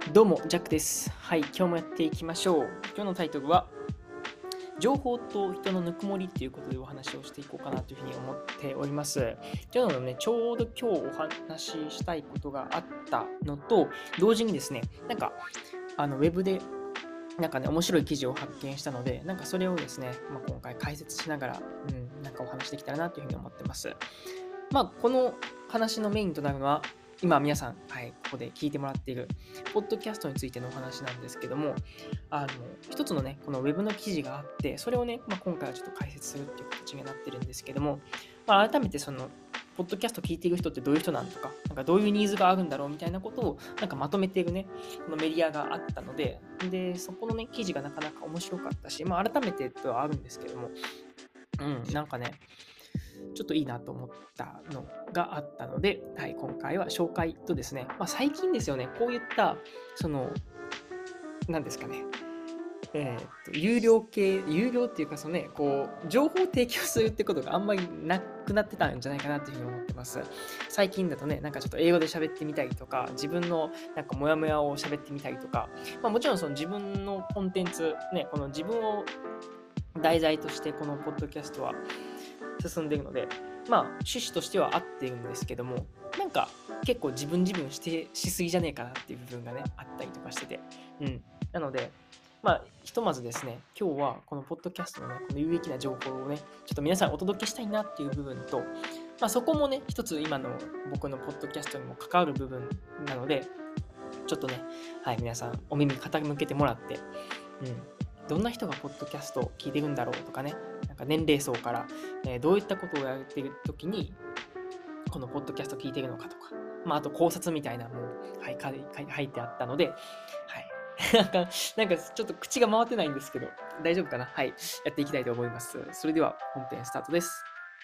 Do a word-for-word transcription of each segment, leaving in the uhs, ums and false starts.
どうも、ジャックです。はい、今日もやっていきましょう。今日のタイトルは、情報と人のぬくもりということでお話をしていこうかなというふうに思っております。というのもね、ちょうど今日お話ししたいことがあったのと、同時にですね、なんか、あのウェブで、なんかね、面白い記事を発見したので、なんかそれをですね、まあ、今回解説しながら、うん、なんかお話できたらなというふうに思ってます。まあ、この話のメインとなるのは、今皆さん、はい、ここで聞いてもらっている、ポッドキャストについてのお話なんですけども、あの、一つのね、このウェブの記事があって、それをね、まあ、今回はちょっと解説するっていう形になってるんですけども、まあ、改めてその、ポッドキャスト聞いている人ってどういう人なのとか、なんかどういうニーズがあるんだろうみたいなことを、なんかまとめているね、このメディアがあったので、で、そこのね、記事がなかなか面白かったし、まあ、改めてではあるんですけども、うん、なんかね、ちょっといいなと思ったのがあったので、はい、今回は紹介とですね、まあ、最近ですよね、こういった、その、何ですかね、えーっと、有料系、有料っていうか、そのね、こう、情報を提供するってことがあんまりなくなってたんじゃないかなっていうふうに思ってます。最近だとね、なんかちょっと英語で喋ってみたりとか、自分のなんかモヤモヤを喋ってみたりとか、まあ、もちろんその自分のコンテンツ、ね、この自分を題材としてこのポッドキャストは進んでいるので、まあ趣旨としては合っているんですけども、なんか結構自分自分してしすぎじゃねえかなっていう部分がねあったりとかしてて、うん、なので、まあひとまずですね、今日はこのポッドキャストのねこの有益な情報をねちょっと皆さんお届けしたいなっていう部分と、まあそこもね一つ今の僕のポッドキャストにも関わる部分なので、ちょっとね、はい、皆さんお耳傾けてもらって、うん、どんな人がポッドキャストを聞いてるんだろうとかね、なんか年齢層から、えーどういったことをやっているときに、このポッドキャストを聞いているのかとか、まあ、あと考察みたいなもう、はい、書い書いてあったので、はい。なんか、なんかちょっと口が回ってないんですけど、大丈夫かな。はい。やっていきたいと思います。それでは本編スタートです。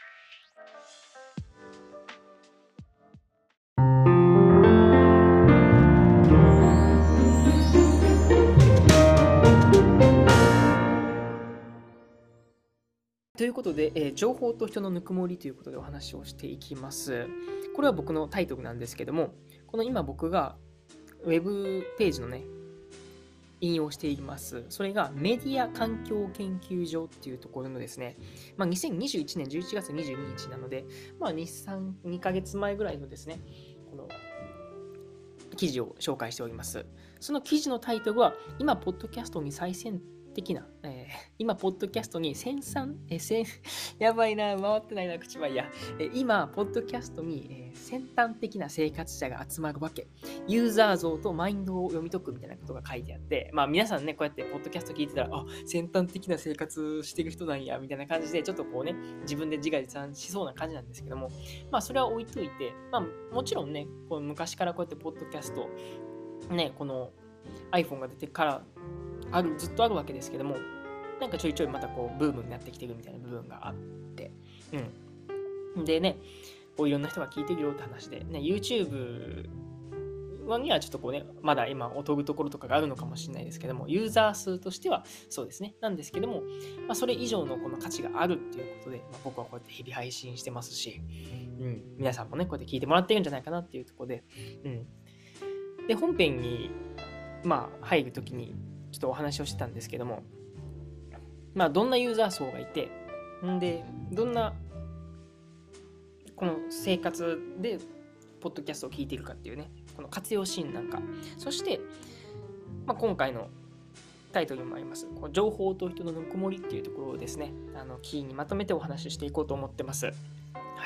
ということで、えー情報と人のぬくもりということでお話をしていきます。これは僕のタイトルなんですけども、この今僕がウェブページのね、引用しています。それがメディア環境研究所っていうところのですね、まあ、にせんにじゅういちねんじゅういちがつにじゅうににちなので、まあ、に、さん、にかげつまえぐらいのですね、この記事を紹介しております。その記事のタイトルは、今、ポッドキャストに最先的な、えー今、ポッドキャストに先端、えー、先やばいな、回ってないな、口はいや、えー今、ポッドキャストに、えー先端的な生活者が集まるわけ。ユーザー像とマインドを読み解くみたいなことが書いてあって、まあ皆さんね、こうやってポッドキャスト聞いてたら、あ、先端的な生活してる人なんや、みたいな感じで、ちょっとこうね、自分で自画自賛しそうな感じなんですけども、まあそれは置いといて、まあもちろんね、こう昔からこうやってポッドキャスト、ね、この iPhone が出てからある、ずっとあるわけですけども、なんかちょいちょいまたこうブームになってきてるみたいな部分があって、うん。でね、こういろんな人が聞いてるよって話で、ね、YouTube にはちょっとこうね、まだ今劣るところとかがあるのかもしれないですけども、ユーザー数としてはそうですね、なんですけども、まあ、それ以上のこの価値があるっていうことで、まあ、僕はこうやって日々配信してますし、うん、皆さんもね、こうやって聞いてもらってるんじゃないかなっていうところで、うん。で、本編に、まあ、入るときにちょっとお話をしてたんですけども、まあ、どんなユーザー層がいて、んで、どんなこの生活でポッドキャストを聞いているかっていうね、この活用シーンなんか、そして、まあ、今回のタイトルにもあります、こう情報と人のぬくもりっていうところをですね、あのキーにまとめてお話ししていこうと思ってます。はい。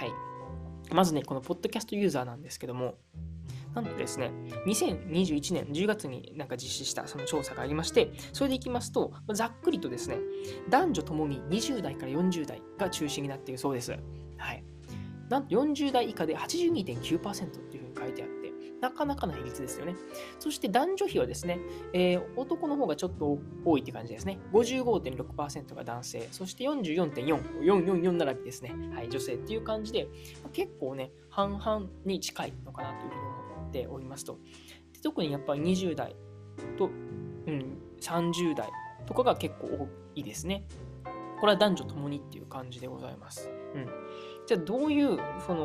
まずね、このポッドキャストユーザーなんですけども、なんとですね、にせんにじゅういちねんじゅうがつになんか実施したその調査がありまして、それでいきますと、ざっくりとですね、男女ともににじゅうだいからよんじゅうだいが中心になっているそうです。はい。なんとよんじゅうだい以下で はちじゅうにてんきゅうパーセント っていうふうに書いてあって、なかなかな比率ですよね。そして男女比はですね、えー男の方がちょっと多いって感じですね。ごじゅうごてんろくパーセント が男性、そして よんじゅうよんてんよん、よんよんよん並びですね。はい、女性っていう感じで、結構ね、半々に近いのかなというふうに思っておりますと。で特にやっぱりにじゅうだいと、うん、さんじゅうだいとかが結構多いですね。これは男女ともにっていう感じでございます。うん。じゃあどういうその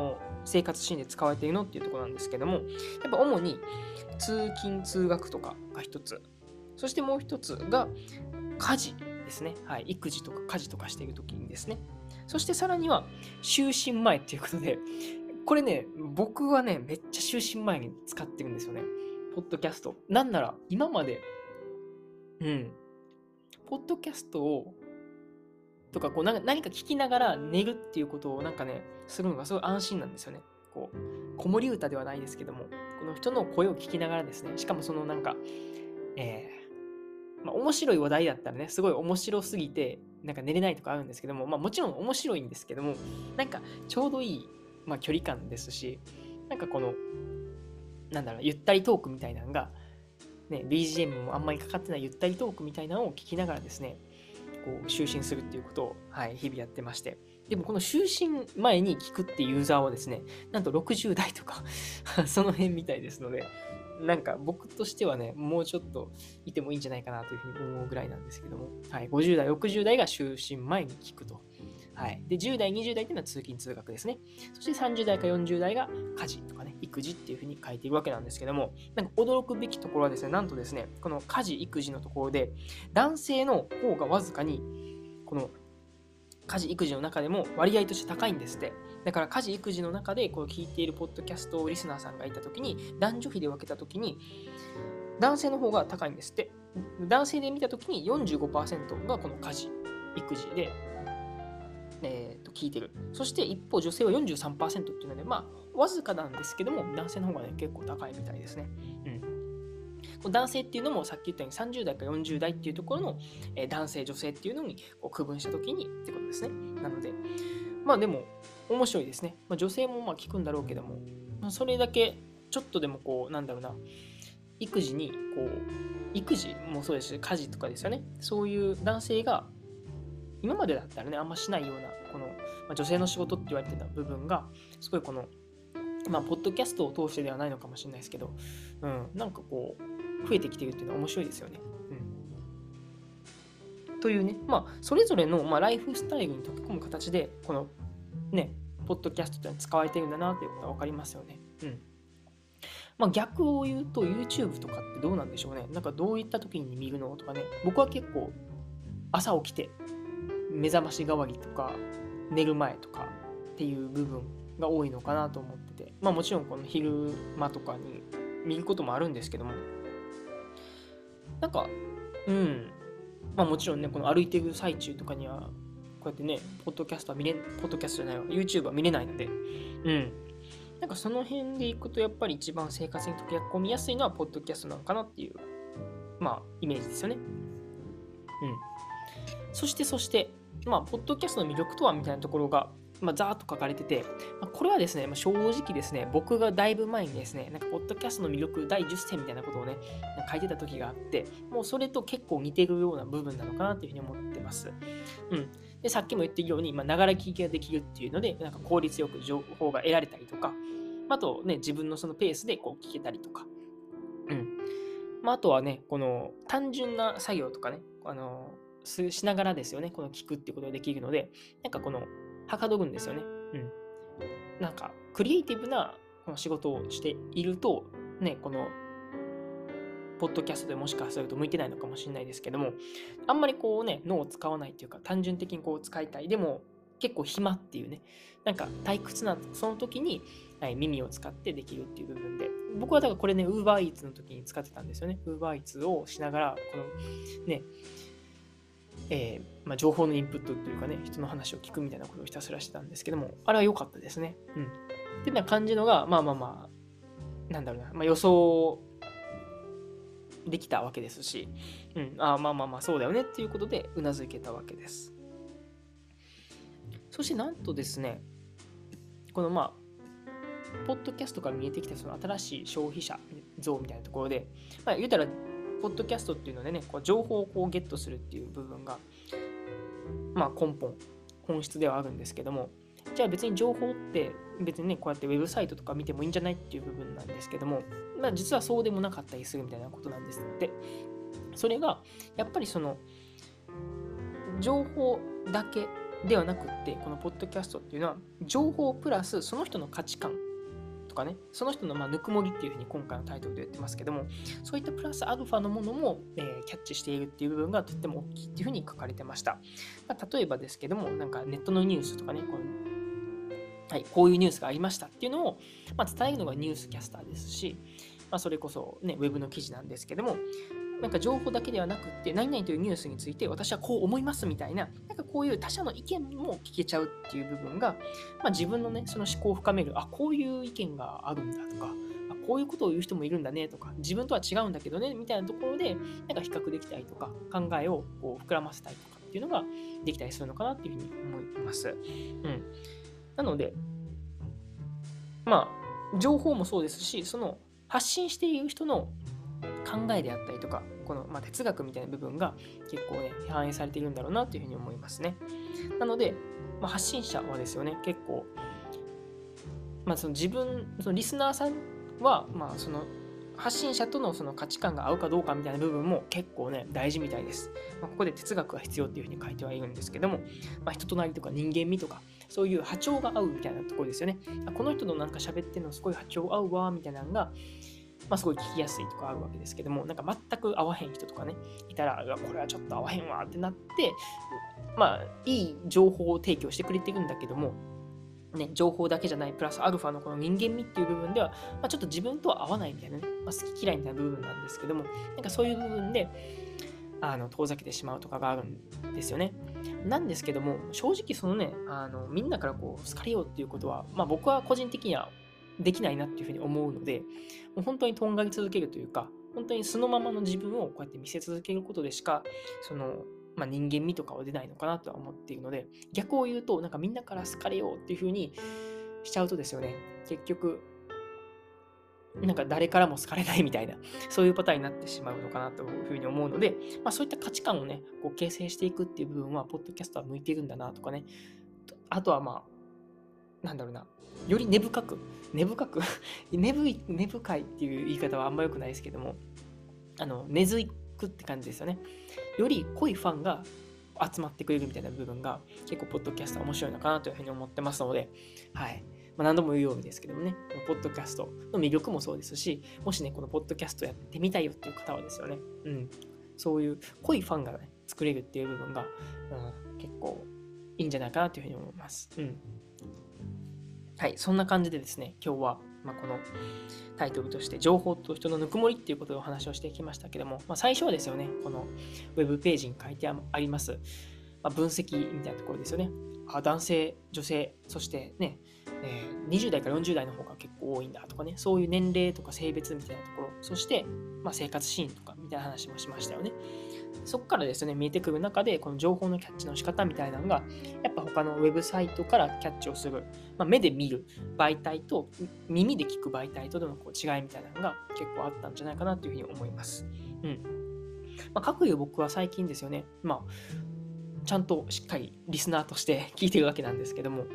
生活シーンで使われているのっていうところなんですけども、やっぱ主に通勤通学とかが一つ、そしてもう一つが家事ですね。はい、育児とか家事とかしている時にですね。そしてさらには就寝前っていうことで、これね、僕はね、めっちゃ就寝前に使ってるんですよね。ポッドキャスト。なんなら今まで、うん、ポッドキャストをとかこうな何か聞きながら寝るっていうことをなんかね、するのがすごい安心なんですよね。こう、子守歌ではないですけども、この人の声を聞きながらですね、しかもそのなんか、えー、まあ面白い話題だったらね、すごい面白すぎて、なんか寝れないとかあるんですけども、まあもちろん面白いんですけども、なんかちょうどいい、まあ、距離感ですし、なんかこの、なんだろう、ゆったりトークみたいなのが、ね、ビージーエム もあんまりかかってないゆったりトークみたいなのを聞きながらですね、こう就寝するっていうことを、はい、日々やってまして。でもこの就寝前に聞くっていうユーザーはですね、なんとろくじゅう代とかその辺みたいですので、なんか僕としてはね、もうちょっといてもいいんじゃないかなというふうに思うぐらいなんですけども、はい、ごじゅう代、ろくじゅう代が就寝前に聞くと。はい。で、じゅう代、にじゅう代っていうのは通勤通学ですね。そしてさんじゅう代かよんじゅう代が家事とかね、育児っていうふうに書いているわけなんですけども、なんか驚くべきところはですね、なんとですね、この家事、育児のところで、男性の方がわずかに、この家事、育児の中でも割合として高いんですって。だから家事、育児の中でこう聞いているポッドキャストリスナーさんがいたときに、男女比で分けたときに、男性の方が高いんですって。男性で見たときに よんじゅうごパーセント がこの家事、育児で、えー、と聞いてる。そして一方女性は よんじゅうさんパーセント っていうので、まあわずかなんですけども、男性の方がね結構高いみたいですね。うん。この男性っていうのもさっき言ったようにさんじゅう代かよんじゅう代っていうところの、えー男性女性っていうのにこう区分したときにってことですね。なので、まあでも面白いですね。まあ、女性もまあ聞くんだろうけども、まあ、それだけちょっとでもこうなんだろうな、育児にこう育児もそうですし家事とかですよね。そういう男性が今までだったらね、あんましないような、この、まあ、女性の仕事って言われてた部分が、すごいこの、まあ、ポッドキャストを通してではないのかもしれないですけど、うん、なんかこう、増えてきているっていうのは面白いですよね。うん。というね、まあ、それぞれの、まあ、ライフスタイルに溶け込む形で、この、ね、ポッドキャストって使われているんだなということは分かりますよね。うん。まあ、逆を言うと YouTube とかってどうなんでしょうね。なんかどういった時に見るのとかね。僕は結構朝起きて目覚まし代わりとか寝る前とかっていう部分が多いのかなと思ってて、まあもちろんこの昼間とかに見ることもあるんですけども、なんかうんまあもちろんねこの歩いてる最中とかにはこうやってねポッドキャストは見れポッドキャストじゃないわ YouTube は見れないので、うんなんかその辺でいくとやっぱり一番生活に溶け込みやすいのはポッドキャストなのかなっていうまあイメージですよね。うんそしてそしてまあ、ポッドキャストの魅力とはみたいなところが、まあ、ざーっと書かれてて、まあ、これはですね、まあ、正直ですね、僕がだいぶ前にですね、なんか、ポッドキャストの魅力だいじゅっせんみたいなことをね、書いてた時があって、もうそれと結構似てるような部分なのかなっていうふうに思ってます。うん。で、さっきも言ってるように、まあ、ながら聞きができるっていうので、なんか効率よく情報が得られたりとか、あとね、自分のそのペースでこう聞けたりとか、うん。まあ、あとはね、この単純な作業とかね、あの、しながらですよね、この聞くっていうことができるので、なんかこの、はかどるんですよね。うん。なんか、クリエイティブなこの仕事をしていると、ね、この、ポッドキャストでもしかすると向いてないのかもしれないですけども、あんまりこうね、脳を使わないっていうか、単純的にこう使いたい。でも、結構暇っていうね、なんか退屈な、その時に、はい、耳を使ってできるっていう部分で、僕はだからこれね、UberEats の時に使ってたんですよね。UberEats をしながら、このね、えーまあ、情報のインプットというかね、人の話を聞くみたいなことをひたすらしてたんですけども、あれは良かったですね。うん。っていうような感じのが、まあまあまあ、なんだろうな、まあ、予想できたわけですし、うん、あまあまあまあ、そうだよねっていうことで、うなずけたわけです。そしてなんとですね、このまあ、ポッドキャストから見えてきたその新しい消費者像みたいなところで、まあ、言うたら、ポッドキャストっていうのでね、こう情報をこうゲットするっていう部分が、まあ根本、本質ではあるんですけども、じゃあ別に情報って別にね、こうやってウェブサイトとか見てもいいんじゃないっていう部分なんですけども、まあ実はそうでもなかったりするみたいなことなんですって。それが、やっぱりその、情報だけではなくって、このポッドキャストっていうのは情報プラスその人の価値観とかね、その人のまあぬくもりっていうふうに今回のタイトルで言ってますけども、そういったプラスアルファのものも、えーキャッチしているっていう部分がとっても大きいっていうふうに書かれてました。まあ、例えばですけども、なんかネットのニュースとかね、こうはい、こういうニュースがありましたっていうのを、まあ、伝えるのがニュースキャスターですし、まあ、それこそ、ね、ウェブの記事なんですけども、なんか情報だけではなくって、何々というニュースについて私はこう思いますみたいな、なんかこういう他者の意見も聞けちゃうっていう部分が、まあ、自分のね、その思考を深める、あ、こういう意見があるんだとか、あこういうことを言う人もいるんだねとか、自分とは違うんだけどねみたいなところで、なんか比較できたりとか、考えをこう膨らませたりとかっていうのができたりするのかなっていうふうに思います。うん。なので、まあ、情報もそうですし、その発信している人の考えであったりとか、この、まあ、哲学みたいな部分が結構ね、反映されているんだろうなというふうに思いますね。なので、まあ、発信者はですよね、結構、まあ、その自分、そのリスナーさんは、まあ、その発信者とのその価値観が合うかどうかみたいな部分も結構ね、大事みたいです。まあ、ここで哲学が必要っていうふうに書いてはいるんですけども、まあ、人となりとか人間味とか、そういう波長が合うみたいなところですよね。この人のなんか喋ってるのすごい波長合うわ、みたいなのが、まあ、すごい聞きやすいとかあるわけですけども、なんか全く合わへん人とかね、いたら、これはちょっと合わへんわってなって、まあ、いい情報を提供してくれてるんだけども、ね、情報だけじゃないプラスアルファのこの人間味っていう部分では、まあ、ちょっと自分とは合わないみたいなね、まあ、好き嫌いみたいな部分なんですけども、なんかそういう部分であの遠ざけてしまうとかがあるんですよね。なんですけども、正直そのね、あのみんなからこう好かれようっていうことは、まあ、僕は個人的にはできないなっていうふうに思うので、もう本当にとんがり続けるというか、本当に素のままの自分をこうやって見せ続けることでしか、その、まあ、人間味とかは出ないのかなとは思っているので、逆を言うと、なんかみんなから好かれようっていうふうにしちゃうとですよね、結局、なんか誰からも好かれないみたいな、そういうパターンになってしまうのかなというふうに思うので、まあ、そういった価値観をね、こう形成していくっていう部分は、ポッドキャストは向いているんだなとかね、あとはまあ、なんだろうな、より根深く、根深く根深い、根深いっていう言い方はあんま良くないですけども、あの、根付くって感じですよね。より濃いファンが集まってくれるみたいな部分が結構ポッドキャストは面白いのかなというふうに思ってますので、はい。まあ、何度も言うようにですけどもね、ポッドキャストの魅力もそうですし、もしね、このポッドキャストやってみたいよっていう方はですよね、うん。そういう濃いファンがね、作れるっていう部分が、うん、結構いいんじゃないかなというふうに思います。うん。はい、そんな感じでですね、今日は、まあ、このタイトルとして情報と人のぬくもりっていうことでお話をしてきましたけども、まあ、最初はですよね、このウェブページに書いてあります、まあ、分析みたいなところですよね。あ、男性、女性、そしてね、えー、にじゅう代からよんじゅう代の方が結構多いんだとかね、そういう年齢とか性別みたいなところ、そして、まあ、生活シーンとかみたいな話もしましたよね。そこからですね、見えてくる中で、この情報のキャッチの仕方みたいなのが、やっぱ他のウェブサイトからキャッチをする、まあ、目で見る媒体と耳で聞く媒体とのこう違いみたいなのが結構あったんじゃないかなというふうに思います。うん。まあ、かくいう僕は最近ですよね、まあ、ちゃんとしっかりリスナーとして聞いてるわけなんですけども、うん。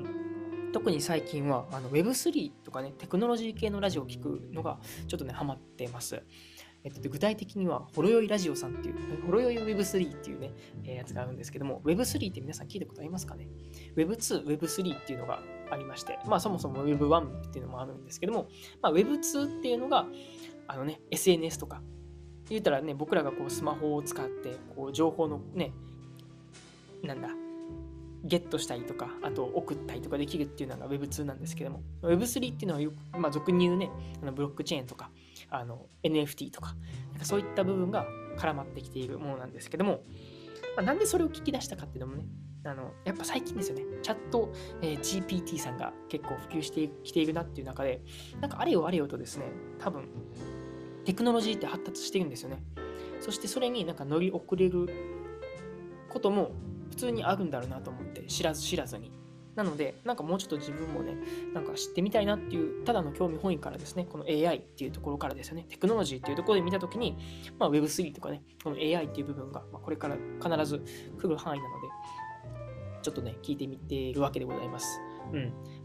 特に最近はあの ウェブスリー とかね、テクノロジー系のラジオを聞くのがちょっとね、ハマってます。えっと、具体的には、ほろよいラジオさんっていう、ほろよい ウェブスリー っていうね、えーやつがあるんですけども、ウェブスリー って皆さん聞いたことありますかね？ ウェブツー、ウェブスリー っていうのがありまして、まあそもそも ウェブワン っていうのもあるんですけども、まあ ウェブツー っていうのが、あのね、エスエヌエス とか、言ったらね、僕らがこうスマホを使って、こう情報のね、なんだ、ゲットしたりとか、あと送ったりとかできるっていうのが ウェブツー なんですけども、ウェブスリー っていうのはよく、まあ、俗に言うね、あのブロックチェーンとか、あの エヌエフティー とか、なんかそういった部分が絡まってきているものなんですけども、まあ、なんでそれを聞き出したかっていうのもね、あのやっぱ最近ですよね、チャット、えー ジーピーティー さんが結構普及してきているなっていう中で、なんかあれよあれよとですね、多分テクノロジーって発達しているんですよね。そしてそれになんか乗り遅れることも普通にあるんだろうなと思って、知らず知らずに。なので、なんかもうちょっと自分もね、なんか知ってみたいなっていう、ただの興味本位からですね、この エーアイ っていうところからですよね、テクノロジーっていうところで見たときに、まあ、ウェブスリー とかね、この エーアイ っていう部分が、まあ、これから必ず来る範囲なので、ちょっとね、聞いてみているわけでございます。うん。ま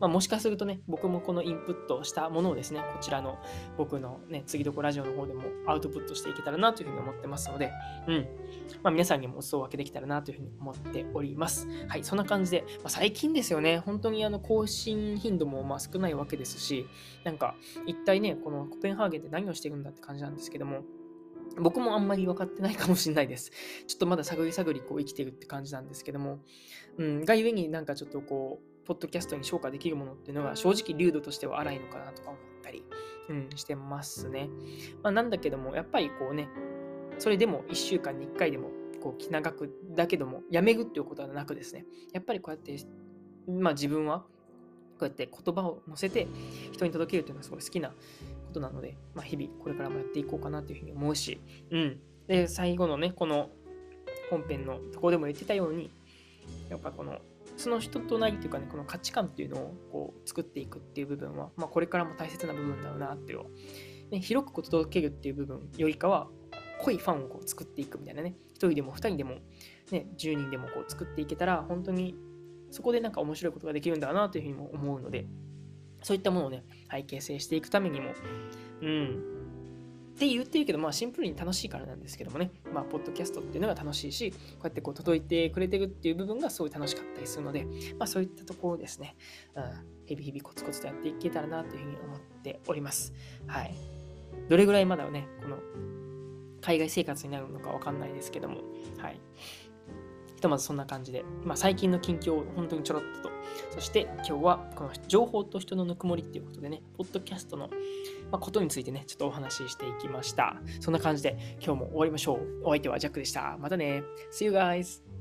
まあ、もしかするとね、僕もこのインプットしたものをですね、こちらの僕のね、次どこラジオの方でもアウトプットしていけたらなというふうに思ってますので、うん。まあ、皆さんにもお裾分けできたらなというふうに思っております。はい、そんな感じで、まあ、最近ですよね、本当にあの更新頻度もまあ少ないわけですし、なんか一体ね、このコペンハーゲンって何をしてるんだって感じなんですけども、僕もあんまり分かってないかもしれないです。ちょっとまだ探り探りこう生きてるって感じなんですけども、うん、がゆえになんかちょっとこう、ポッドキャストに消化できるものっていうのが正直流度としては荒いのかなとか思ったり、うん、してますね。まあ、なんだけども、やっぱりこうね、それでもいっしゅうかんにいっかいでもこう気長くだけどもやめるっていうことはなくですね、やっぱりこうやって、まあ自分はこうやって言葉を乗せて人に届けるというのはすごい好きなことなので、まあ、日々これからもやっていこうかなというふうに思うし、うん。で、最後のね、この本編のところでも言ってたように、やっぱこの、その人となりというかね、この価値観っていうのをこう作っていくっていう部分は、まあ、これからも大切な部分だろうなっていうのを、ね、広く届けるっていう部分よりかは、濃いファンをこう作っていくみたいなね、一人でも二人でも、ね、十人でもこう作っていけたら、本当にそこでなんか面白いことができるんだなというふうにも思うので、そういったものをね、はい、形成していくためにも、うん、って言ってるけど、まあシンプルに楽しいからなんですけどもね、まあ、ポッドキャストっていうのが楽しいし、こうやってこう届いてくれてるっていう部分がすごい楽しかったりするので、まあそういったところをですね、うん、日々日々コツコツとやっていけたらなというふうに思っております。はい。どれぐらいまだね、この海外生活になるのかわかんないですけども、はい。ひとまずそんな感じで、まあ、最近の近況を本当にちょろっとと、そして今日はこの情報と人のぬくもりっていうことでね、ポッドキャストのことについてね、ちょっとお話ししていきました。そんな感じで今日も終わりましょう。お相手はジャックでした。またね。See you guys!